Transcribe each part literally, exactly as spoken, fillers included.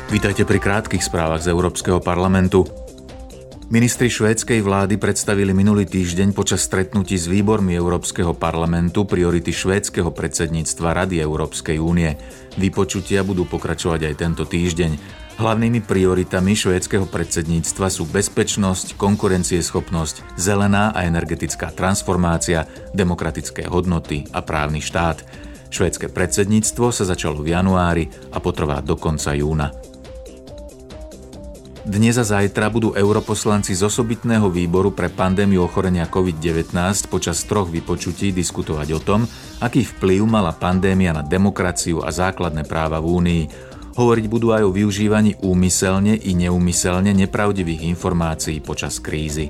Vítajte pri krátkych správach z Európskeho parlamentu. Ministri švédskej vlády predstavili minulý týždeň počas stretnutí s výbormi Európskeho parlamentu priority švédskeho predsedníctva Rady Európskej únie. Vypočutia budú pokračovať aj tento týždeň. Hlavnými prioritami švédskeho predsedníctva sú bezpečnosť, konkurencieschopnosť, zelená a energetická transformácia, demokratické hodnoty a právny štát. Švédske predsedníctvo sa začalo v januári a potrvá do konca júna. Dnes a zajtra budú europoslanci z osobitného výboru pre pandémiu ochorenia covid devätnásť počas troch vypočutí diskutovať o tom, aký vplyv mala pandémia na demokraciu a základné práva v Únii. Hovoriť budú aj o využívaní úmyselne i neúmyselne nepravdivých informácií počas krízy.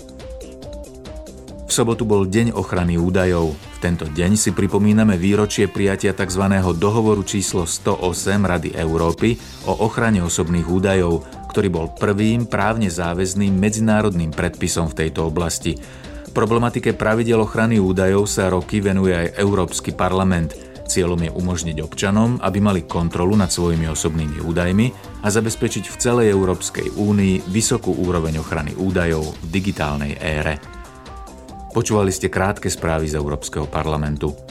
V sobotu bol Deň ochrany údajov. V tento deň si pripomíname výročie prijatia tzv. Dohovoru číslo sto osem Rady Európy o ochrane osobných údajov, ktorý bol prvým právne záväzným medzinárodným predpisom v tejto oblasti. Problematike pravidiel ochrany údajov sa roky venuje aj Európsky parlament. Cieľom je umožniť občanom, aby mali kontrolu nad svojimi osobnými údajmi a zabezpečiť v celej Európskej únii vysokú úroveň ochrany údajov v digitálnej ére. Počúvali ste krátke správy z Európskeho parlamentu.